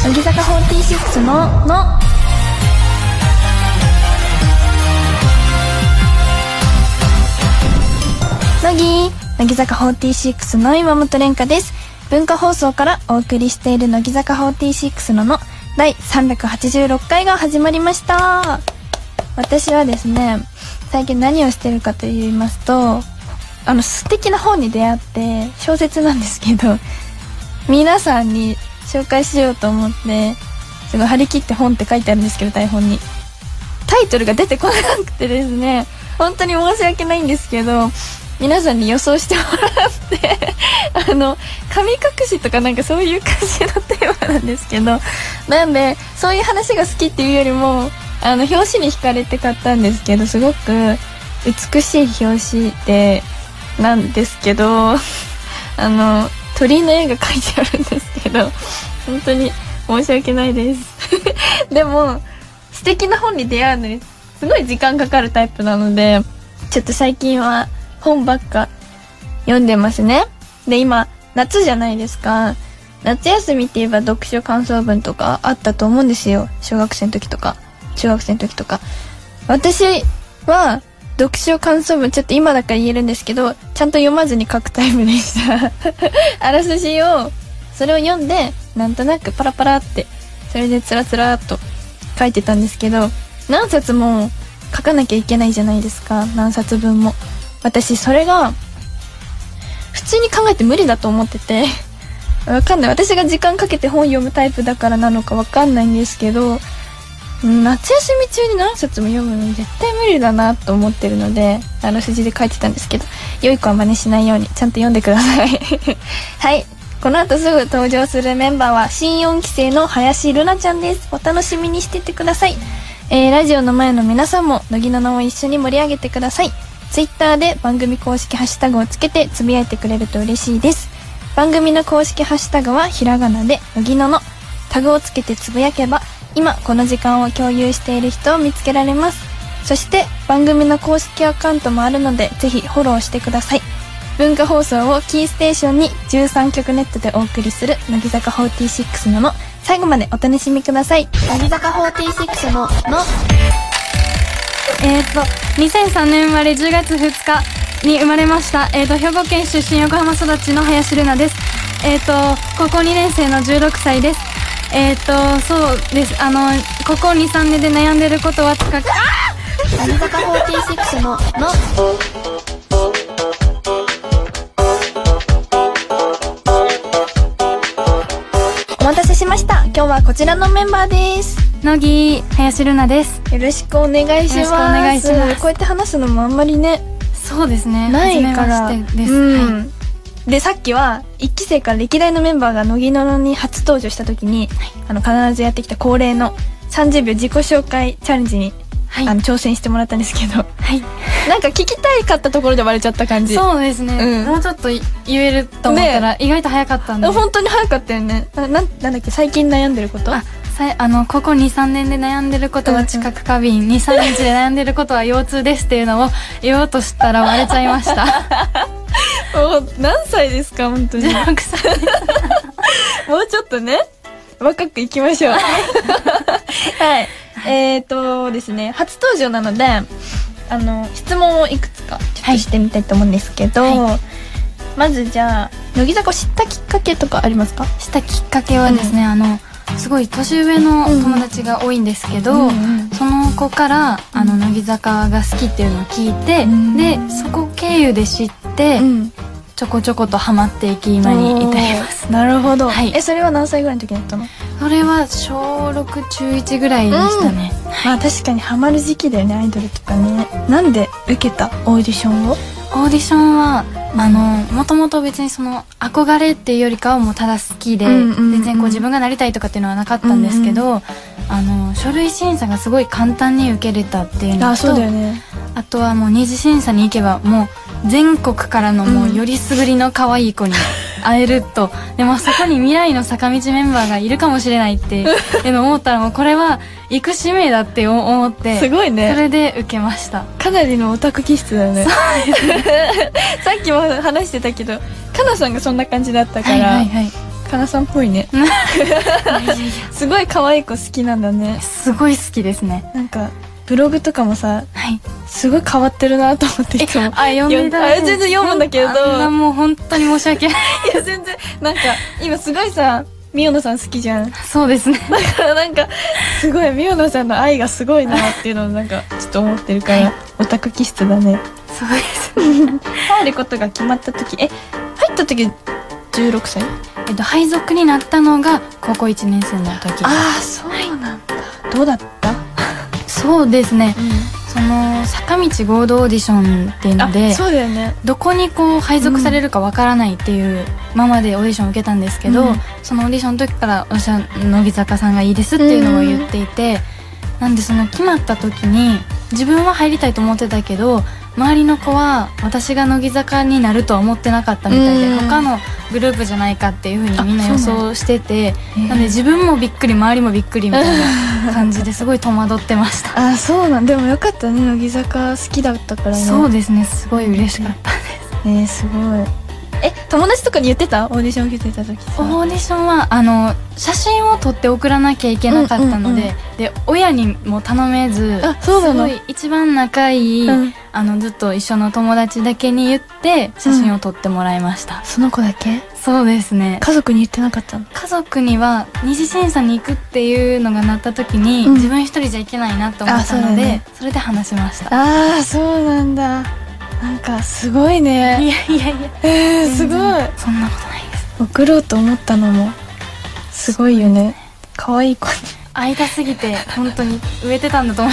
乃木坂46の乃木坂46の今本蓮香です。文化放送からお送りしている乃木坂46の第386回が始まりました。私はですね、最近何をしてるかと言いますと、素敵な本に出会って、小説なんですけど、皆さんに紹介しようと思って、すごい張り切って本って書いてあるんですけど、台本にタイトルが出てこなくてですね、本当に申し訳ないんですけど、皆さんに予想してもらって神隠しとかなんかそういう感じのテーマなんですけど、なんでそういう話が好きっていうよりも表紙に惹かれて買ったんですけど、すごく美しい表紙でなんですけど鳥の絵が描いてあるんですけど、本当に申し訳ないですでも素敵な本に出会うのにすごい時間かかるタイプなので、ちょっと最近は本ばっか読んでますね。で、今夏じゃないですか。夏休みって言えば読書感想文とかあったと思うんですよ。小学生の時とか中学生の時とか。私は読書感想文ちょっと今だから言えるんですけど、ちゃんと読まずに書くタイプでしたあらすじをそれを読んでなんとなくパラパラってそれでつらつらっと書いてたんですけど、何冊も書かなきゃいけないじゃないですか。何冊分も。私それが普通に考えて無理だと思っててわかんない。私が時間かけて本読むタイプだからなのかわかんないんですけど、夏休み中に何冊も読むの絶対無理だなと思ってるので、あらすじで書いてたんですけど、良い子は真似しないようにちゃんと読んでくださいはい、この後すぐ登場するメンバーは新4期生の林瑠奈ちゃんです。お楽しみにしててください。ラジオの前の皆さんも乃木の名を一緒に盛り上げてください。ツイッターで番組公式ハッシュタグをつけてつぶやいてくれると嬉しいです。番組の公式ハッシュタグはひらがなで乃木のの、タグをつけてつぶやけば今この時間を共有している人を見つけられます。そして番組の公式アカウントもあるのでぜひフォローしてください。文化放送をキーステーションに13曲ネットでお送りする乃木坂46の最後までお楽しみください。乃木坂46の 2003年生まれ10月2日に生まれました。兵庫県出身横浜育ちの林瑠奈です。高校2年生の16歳です。そうです。高校2、3年で悩んでることは近く乃木坂46のお待たせしました。今日はこちらのメンバーです。 乃木林瑠奈です。 よろしくお願いします。 よろしくお願いします。 こうやって話すのもあんまりね、 そうですね、 ないから初めましてです、 はい、でさっきは1期生から歴代のメンバーが乃木ののに初登場した時に、はい、必ずやってきた恒例の30秒自己紹介チャレンジに、はい、挑戦してもらったんですけど、はい、なんか聞きたいかったところで割れちゃった感じ。 そうですね、もうちょっと言えると思ったら、意外と早かったんで。 本当に早かったよね。なんだっけ、最近悩んでること、 ここ 2,3 年で悩んでることは知覚過敏、2,3 日で悩んでることは腰痛ですっていうのを言おうとしたら割れちゃいましたもう何歳ですか本当に。 16歳もうちょっとね若くいきましょうはいですね、初登場なので質問をいくつかちょっとしてみたいと思うんですけど、はい、まずじゃあ乃木坂を知ったきっかけとかありますか？ 知ったきっかけはですね、すごい年上の友達が多いんですけど、その子から乃木坂が好きっていうのを聞いて、でそこ経由で知って、ちょこちょことハマっていき今に至ります。 なるほど、はい、 それは何歳ぐらいの時だったの？ それは小6中1ぐらいでしたね、 まあ確かにハマる時期だよね、アイドルとかね。なんで受けたオーディションを？ オーディションはもともと別にその憧れっていうよりかはもうただ好きで、全然こう自分がなりたいとかっていうのはなかったんですけど、書類審査がすごい簡単に受けれたっていうのと、 そうだよね、 あとはもう二次審査に行けばもう全国からのもうよりすぐりの可愛い子に会えると、でもそこに未来の坂道メンバーがいるかもしれないっていうのを思ったら、もうこれは行く使命だって思って、 すごいね、 それで受けました。 かなりのオタク気質だよね。 そうですねさっきも話してたけどかなさんがそんな感じだったから、 かなさんっぽいねすごい可愛い子好きなんだね。 すごい好きですね。 なんかブログとかもさ、 はい、 すごい変わってるなと思っていつも読んでいただいて全然読むんだけど、 あんなもう本当に申し訳ないいや全然なんか今すごいさミオナさん好きじゃん。 そうですね。 だからなんかすごいミオナさんの愛がすごいなっていうのをなんかちょっと思ってるから、はい、オタク気質だね。 そうですね入ることが決まった時、入った時16歳？ 配属になったのが高校1年生の時です。 ああそうなんだ、はい、どうだった？ そうですね、その坂道合同オーディションっていうので、 そうだよね、 どこにこう配属されるかわからないっていうままでオーディションを受けたんですけど、そのオーディションの時から私は乃木坂さんがいいですっていうのを言っていて、なんでその決まった時に自分は入りたいと思ってたけど周りの子は私が乃木坂になるとは思ってなかったみたいで、他のグループじゃないかっていう風にみんな予想してて、なんで自分もびっくり周りもびっくりみたいな感じですごい戸惑ってましたそうなんでもよかったね、乃木坂好きだったからね。 そうですね、すごい嬉しかったです。 すごい。友達とかに言ってた？オーディション受けてた時さ。 オーディションは写真を撮って送らなきゃいけなかったので、で親にも頼めず、 そうなの？ すごい一番仲いい、ずっと一緒の友達だけに言って写真を撮ってもらいました。 その子だけ？ そうですね。 家族に言ってなかったの？ 家族には二次審査に行くっていうのがなった時に、自分一人じゃいけないなと思ったので、それで話しました。 そうなんだ。なんかすごいね。 いやすごい。 そんなことないです。 送ろうと思ったのもすごいよね。可愛い子に会いたすぎて本当に植えてたんだと思い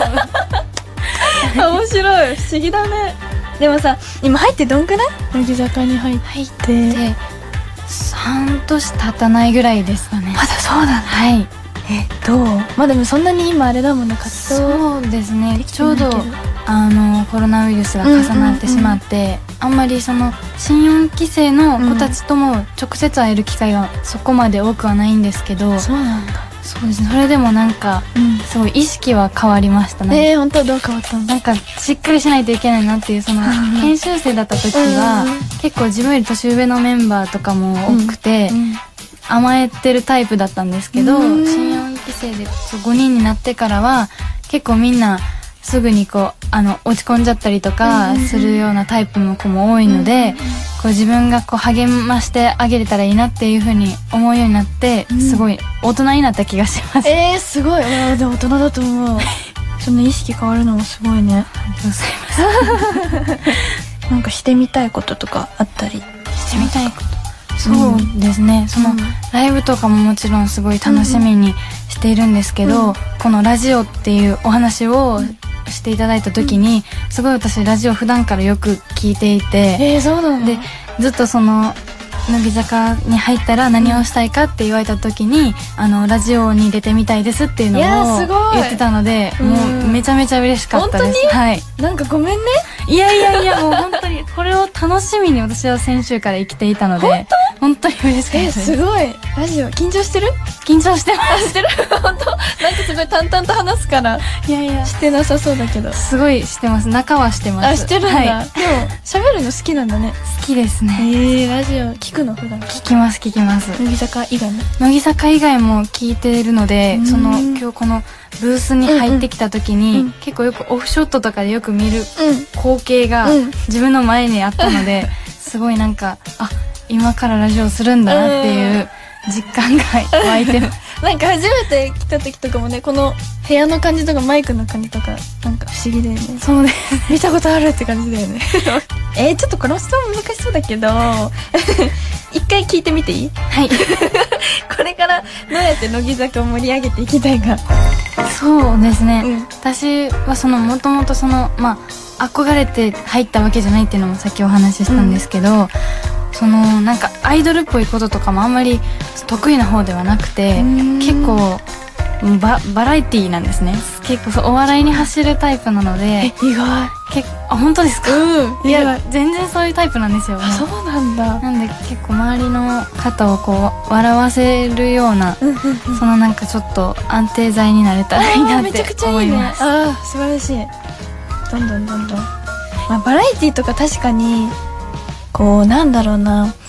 ます面白い、不思議だね。でもさ、今入ってどんくらい？乃木坂に入って半年経たないぐらいですかね。 まだそうなんだ。 はい。 どう？まあでもそんなに今あれだもんね、活動。 そうですね、ちょうどコロナウイルスが重なってしまって、あんまりその新4期生の子たちとも直接会える機会がそこまで多くはないんですけど、 そうなんだ。 そうですね、それでもなんか、すごい意識は変わりましたね。 本当？どう変わったの？ なんかしっかりしないといけないなっていう、その研修生だった時は、結構自分より年上のメンバーとかも多くて、甘えてるタイプだったんですけど、新4期生で5人になってからは結構みんなすぐにこう落ち込んじゃったりとかするようなタイプの子も多いので、こう自分がこう励ましてあげれたらいいなっていう風に思うようになって、すごい大人になった気がします。 すごい。でも大人だと思うその意識変わるのもすごいね。 ありがとうございますなんかしてみたいこととかあったり？ してみたいこと、そうですね、そのライブとかももちろんすごい楽しみにしているんですけど、このラジオっていうお話をしていただいた時に、すごい私ラジオ普段からよく聞いていて、 そうなの？ でずっとその乃木坂に入ったら何をしたいかって言われた時に、ラジオに出てみたいですっていうのを言ってたので、もうめちゃめちゃ嬉しかったです。 本当に？ はい。 なんかごめんね。 いやもう本当にこれを楽しみに私は先週から生きていたので、本当に嬉しかったです。 すごい。ラジオ緊張してる？ 緊張してます。 してる？本当？なんかすごい淡々と話すから。 いやしてなさそうだけど。 すごいしてます。中はしてます。 してるんだ。でも喋るの好きなんだね。 好きですね。 ラジオ聞くの？普段聞きます。乃木坂以外も？ 乃木坂以外も聞いてるので、今日このブースに入ってきた時に、結構よくオフショットとかでよく見る光景が自分の前にあったので、すごいなんか今からラジオするんだなっていう実感が湧いてますなんか初めて来た時とかもね、この部屋の感じとかマイクの感じとかなんか不思議だよね。 そうです。 見たことあるって感じだよねちょっとこの質問難しそうだけど一回聞いてみていい？ はい。 これからどうやって乃木坂を盛り上げていきたいか。 そうですね、私はもともと憧れて入ったわけじゃないっていうのもさっきお話ししたんですけど、なんかアイドルっぽいこととかもあんまり得意な方ではなくて、結構バラエティーなんですね。結構お笑いに走るタイプなので。 意外。 本当ですか？いや全然そういうタイプなんですよ。 そうなんだ。 なんで結構周りの方をこう笑わせるような、なんかちょっと安定剤になれたらいいなって思います。めちゃくちゃいいね。 素晴らしい。どんどん、バラエティとか確かにこうなんだろうな、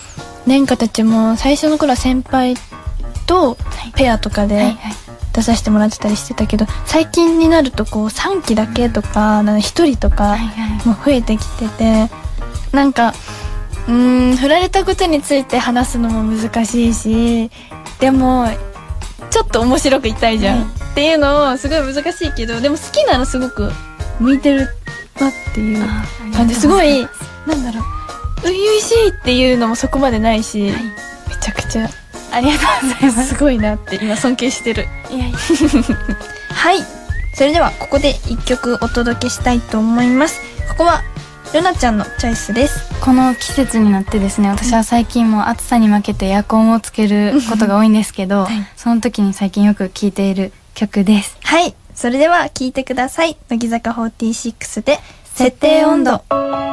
蓮華たちも最初の頃は先輩とペアとかで出させてもらってたりしてたけど、最近になるとこう3期だけとか1人とかも増えてきてて、なんか振られたことについて話すのも難しいし、でもちょっと面白く言いたいじゃん、っていうのをすごい難しいけど、でも好きなのすごく向いてるなっていう感じ。すごいなんだろう、初々しいっていうのもそこまでないし、めちゃくちゃありがとうございます。 すごいなって今尊敬してる。 いやいやはい、それではここで1曲お届けしたいと思います。ここはルナちゃんのチョイスです。 この季節になってですね、私は最近も暑さに負けてエアコンをつけることが多いんですけど、その時に最近よく聴いている曲です。 はい、それでは聴いてください。乃木坂46で設定温度。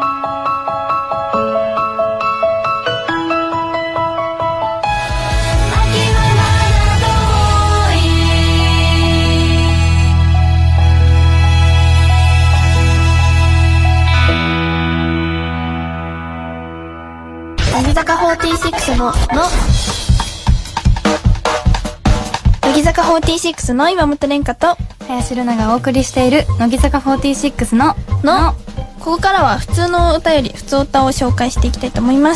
乃木坂46の乃木坂46の今本蓮華と林瑠奈がお送りしている乃木坂46のここからは普通のお便り、普通歌を紹介していきたいと思います。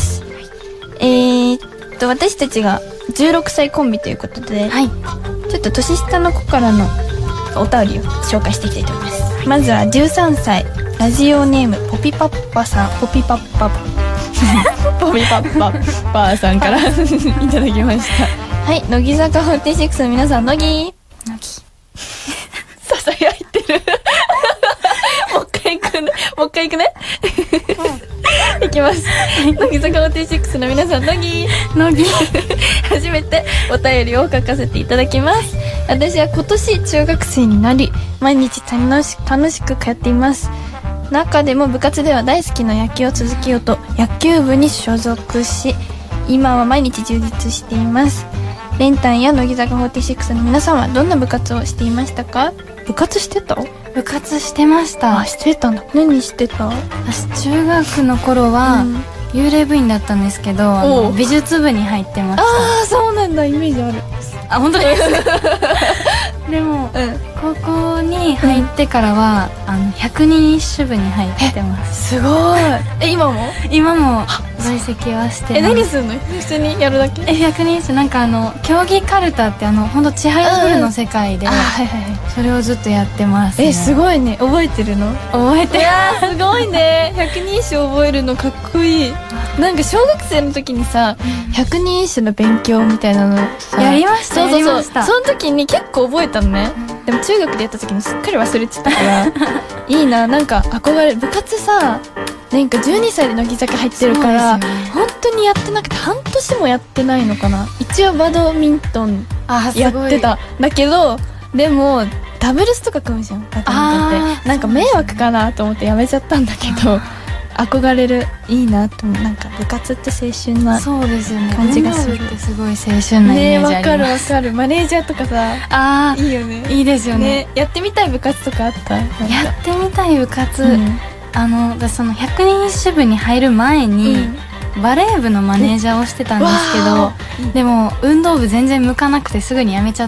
私たちが16歳コンビということで、 はい、 ちょっと年下の子からのお便りを紹介していきたいと思います。まずは13歳ラジオネームポピパッパさん、ポピパッパポピパッパッパーさんからいただきました。はい、乃木坂46の皆さん、乃木ささやいてるもう一回行くねいきます。乃木坂46の皆さん、乃木初めてお便りを書かせていただきます。私は今年中学生になり、毎日楽しく通っています。中でも部活では大好きな野球を続けようと野球部に所属し、今は毎日充実しています。レンタンや乃木坂46の皆さんはどんな部活をしていましたか？部活してた？ 部活してました。 あ、してたんだ。何してた？ 私中学の頃は、幽霊部員だったんですけど、美術部に入ってました。 ああ、そうなんだ。イメージある。 あ、本当ですでも、高校に入ってからは、百人一首部に入ってます。 すごい。今も在籍はしてます。 何するの？普通にやるだけ？ 百人一首、なんか競技カルタって本当ちはやふるの世界で、それをずっとやってます、ね。 すごいね。覚えてるの？ 覚えてる。いやー、すごいね。百人一首覚えるのかっこいい。なんか小学生の時にさ、百人一首の勉強みたいなのさやりました。 そうその時に結構覚えたのね。でも中学でやった時にすっかり忘れてたからいいな。なんか憧れる。部活さ、なんか12歳で乃木坂入ってるから、本当にやってなくて半年もやってないのかな。一応バドミントンやってただけど、でもダブルスとか組むじゃん、バドミントンって。なんか迷惑かなと思ってやめちゃったんだけど、憧れる。いいなと思う。なんか部活って青春な感じがする。 ってすごい青春なイメージあります。 わかるわかる。マネージャーとかさ、いいよね。 いいですよね。 やってみたい部活とかあった？ やってみたい部活、私その百人一首部に入る前に、バレー部のマネージャーをしてたんですけど、でも運動部全然向かなくてすぐに辞めちゃって。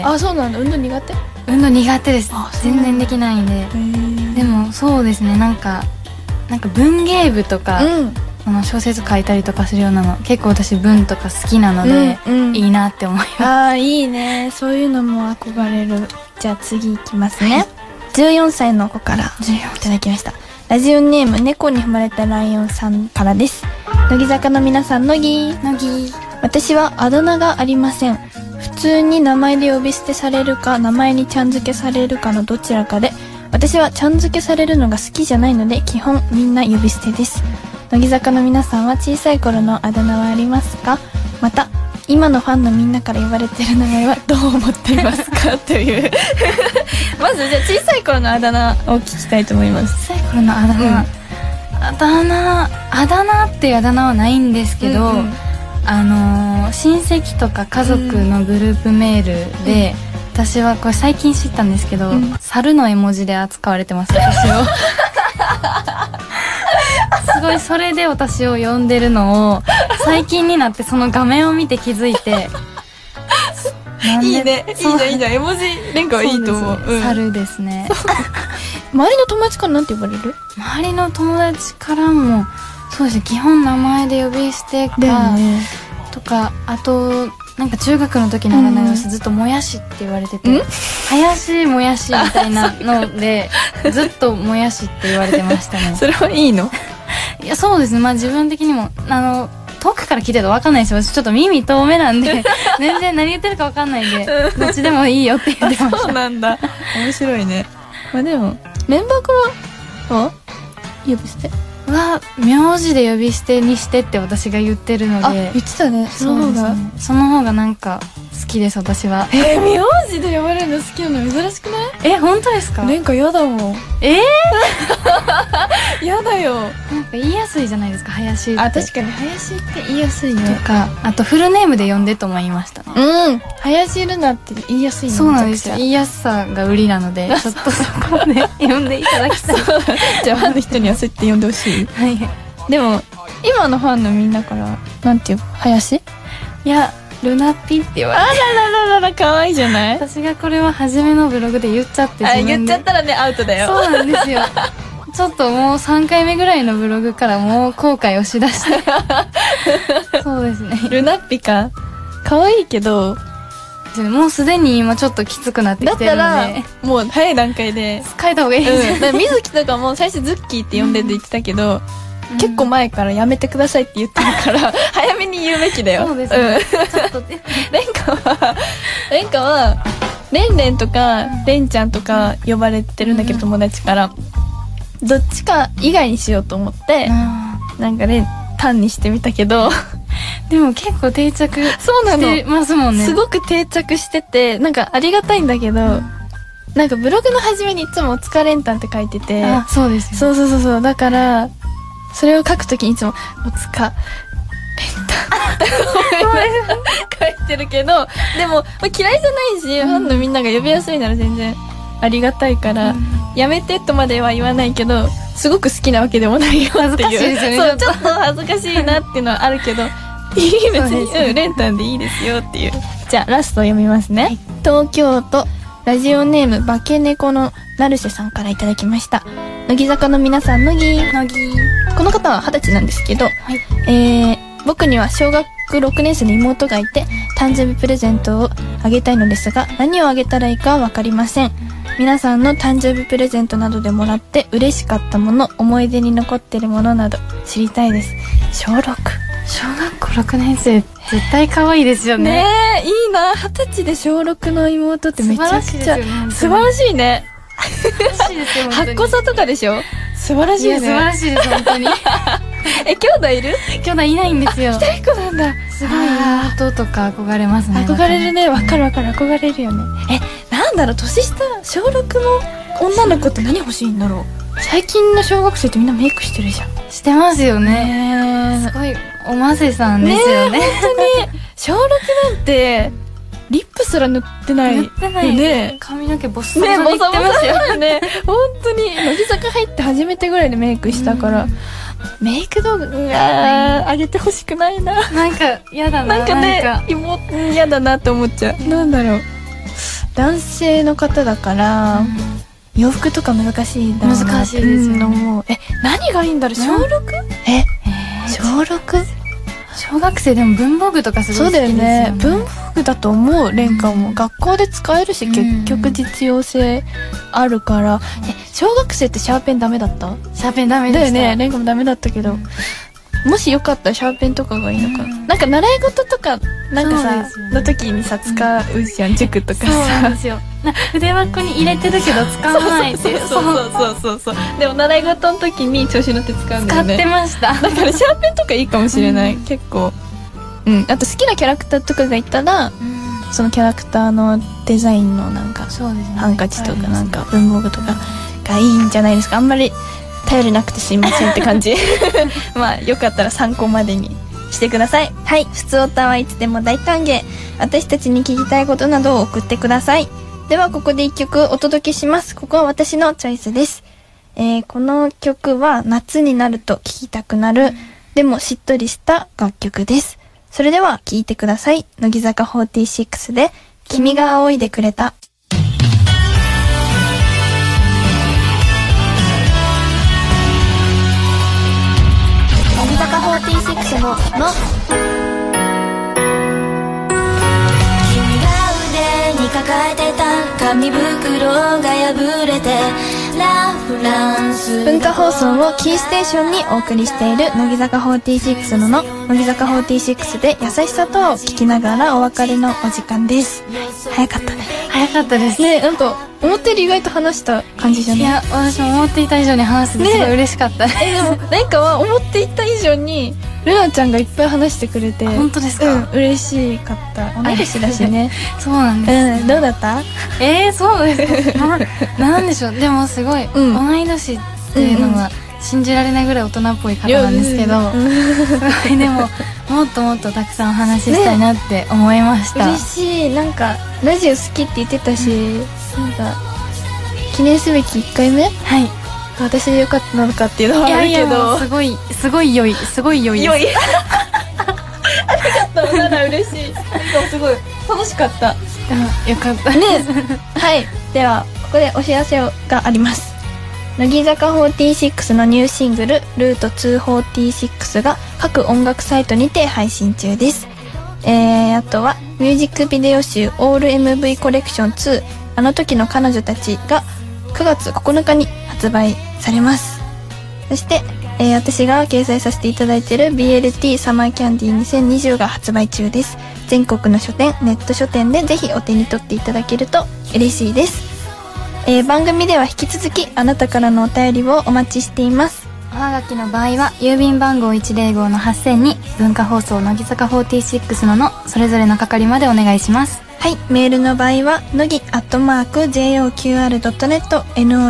あ、そうなんだ。運動苦手？運動苦手です。全然できないんで。でもそうですね、なんか文芸部とか、小説書いたりとかするようなの結構私文とか好きなので、いいなって思います。 あ、いいね。そういうのも憧れる。じゃあ次いきますね。14歳の子からいただきました。ラジオネーム猫に踏まれたライオンさんからです。乃木坂の皆さん、乃木。私はあだ名がありません。普通に名前で呼び捨てされるか、名前にちゃん付けされるかのどちらかで、私はちゃん付けされるのが好きじゃないので、基本みんな呼び捨てです。乃木坂の皆さんは小さい頃のあだ名はありますか？また今のファンのみんなから呼ばれている名前はどう思っていますか？というまずじゃあ小さい頃のあだ名を聞きたいと思います。 小さい頃のあだ名、あだ名っていうあだ名はないんですけど、親戚とか家族のグループメールで、私はこれ最近知ったんですけど、猿の絵文字で扱われてます、私をすごいそれで私を呼んでるのを最近になってその画面を見て気づいていいね、いいじゃんいいじゃん、絵文字レンカはいいと思う。 猿ですね。 周りの友達からなんて呼ばれる？ 周りの友達からもそうですね、基本名前で呼び捨てか、 ね、 とか、あとなんか中学の時の占いをしてずっともやしって言われてて、林もやしみたいなのでずっともやしって言われてましたね。 それはいいの？ いや、そうですね、まあ自分的にも遠くから聞いてると分かんないですよ。ちょっと耳遠めなんで全然何言ってるか分かんないんでどっちでもいいよって言ってました。 そうなんだ。面白いね。まあでもメンバーからは呼び捨ては名字で呼び捨てにしてって私が言ってるので。 言ってたね。その方が、 ね、その方がなんか好きです、私は。 名字で呼ばれるの好きなの珍しくない？ 本当ですか？ なんか嫌だもん。嫌だよ。 なんか言いやすいじゃないですか、林って。 確かに林って言いやすいね。 とか、あとフルネームで呼んでとも言いましたね。 林ルナって言いやすいね。 そうなんですよ、言いやすさが売りなのでちょっとそこで呼んでいただきたい。 じゃあファンの人にはそうやって呼んでほしい。 はい。 でも今のファンのみんなからなんていう林？ いや、ルナピって言われて。 あら可愛いじゃない？ 私がこれは初めのブログで言っちゃって自分で。 言っちゃったらね、アウトだよ。 そうなんですよ。ちょっともう3回目ぐらいのブログからもう後悔をしだしてそうですね。 ルナッピか。可愛いけどもうすでに今ちょっときつくなってきてるので、 だったらもう早い段階で変えた方がいいですよ。水木とかも最初ズッキーって呼んでって言ってたけど、結構前からやめてくださいって言ってるから早めに言うべきだよ。 そうですね。ちょっとレンカはレンレンとかレンちゃんとか呼ばれてるんだけど、友達からどっちか以外にしようと思ってなんかレンタンにしてみたけどでも結構定着してますもんね。 すごく定着しててなんかありがたいんだけど、なんかブログの初めにいつもおつかれんたんって書いてて、 そうですよ、 そうだからそれを書くときにいつもおつかれんたん書いてるけど、でも、嫌いじゃないし、ファンのみんなが呼びやすいなら全然ありがたいから、やめてとまでは言わないけどすごく好きなわけでもないよっていう。 恥ずかしいですよね。 そう、ちょっと恥ずかしいなっていうのはあるけどいい、別にレンタンでいいですよっていう。じゃあラスト読みますね、東京都ラジオネーム化け猫のナルシェさんからいただきました。乃木坂の皆さん、乃木この方は20歳なんですけど、僕には小学6年生の妹がいて誕生日プレゼントをあげたいのですが何をあげたらいいかは分かりません。皆さんの誕生日プレゼントなどでもらって嬉しかったもの、思い出に残ってるものなど知りたいです。小学校6年生絶対可愛いですよね。ねえ、いいな。20歳で小6の妹ってめちゃくちゃ素晴らしいね。8個差とかでしょ。素晴らしいね。 素晴らしいです本当に。 兄弟いる？ 兄弟いないんですよ。 一人っ子なんだ。 すごい妹とか憧れますね。 憧れるね。わかる憧れるよね。なんだろう、年下小6の女の子って何欲しいんだろう。最近の小学生ってみんなメイクしてるじゃん。 してますよね。すごいおませさんですよね。 本当に小6なんてリップすら塗ってないよね。 髪の毛ボッサボサにいってますよね。本当に乃木坂入って初めてぐらいでメイクしたから、メイク動画あげてほしくないな。 なんか嫌だな。 なんかね、妹嫌だなって思っちゃう。なんだろう、男性の方だから、洋服とか難しいだろうな。 難しいですよね。 何がいいんだろう。小 6？ 小 6？ 小学生でも文房具とかすごい好きですよね。 そうだよね。文房具だと思う。レンカも学校で使えるし、結局実用性あるから。小学生ってシャーペンダメだった？ シャーペンダメでした。 だよね。レンカもダメだったけど、もしよかったらシャーペンとかがいいのかな。なんか習い事とかなんかさ、の時にさ使うじゃん、塾とかさ。 そうなんですよ。筆箱に入れてるけど使わないっていう。 そう。でも習い事の時に調子乗って使うんだよね。 使ってました。 だからシャーペンとかいいかもしれない。結構。あと好きなキャラクターとかがいたら、そのキャラクターのデザインのなんかハンカチとかなんか文房具とかがいいんじゃないですか。あんまり頼りなくてすいませんって感じ。まあよかったら参考までにしてください。はい、ふつおたはいつでも大歓迎。私たちに聞きたいことなどを送ってください。ではここで一曲お届けします。ここは私のチョイスです。この曲は夏になると聴きたくなるでもしっとりした楽曲です。それでは聴いてください。乃木坂46で君が仰いでくれた。乃木坂46の抱えてた紙袋が破れてラ・フランス文化放送をキーステーションにお送りしている乃木坂46の乃木坂46で優しさとを聞きながらお別れのお時間です。早かったね。 早かったですね。なんか思ったより意外と話した感じじゃない？ いや、私も思っていた以上に話せてすごい嬉しかったです、 でもなんかは思っていた以上にルナちゃんがいっぱい話してくれて。 本当ですか？ 嬉しかった。同い年だしね。 そうなんです、 どうだった？ そうですなんでしょう。でもすごい、同い年っていうのは信じられないぐらい大人っぽい方なんですけど、すごいでももっともっとたくさんお話ししたいなって思いました、 嬉しい。なんかラジオ好きって言ってたし、なんか記念すべき1回目、 はい、 私でよかったのかっていうのはあるけど、いやいやすごい良いですありがとう。なら嬉しい。すごい楽しかった。 よかったね。はい、ではここでお知らせがあります。乃木坂46のニューシングルルート246が各音楽サイトにて配信中です。あとはミュージックビデオ集オール MV コレクション2あの時の彼女たちが9月9日に発売されます。そして、私が掲載させていただいている BLT サマーキャンディ2020が発売中です。全国の書店、ネット書店でぜひお手に取っていただけると嬉しいです。番組では引き続きあなたからのお便りをお待ちしています。 おはがきの場合は郵便番号105-8000に文化放送乃木坂46のそれぞれの係までお願いします。 はい、メールの場合は乃木@joqr.net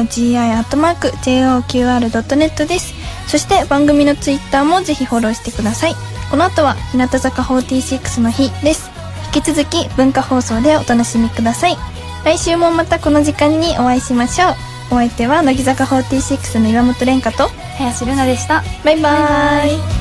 nogi@joqr.net です。そして番組のツイッターもぜひフォローしてください。この後は日向坂46の日です。引き続き文化放送でお楽しみください。来週もまたこの時間にお会いしましょう。お相手は乃木坂46の岩本蓮香と林瑠奈でした。 バイバーイ。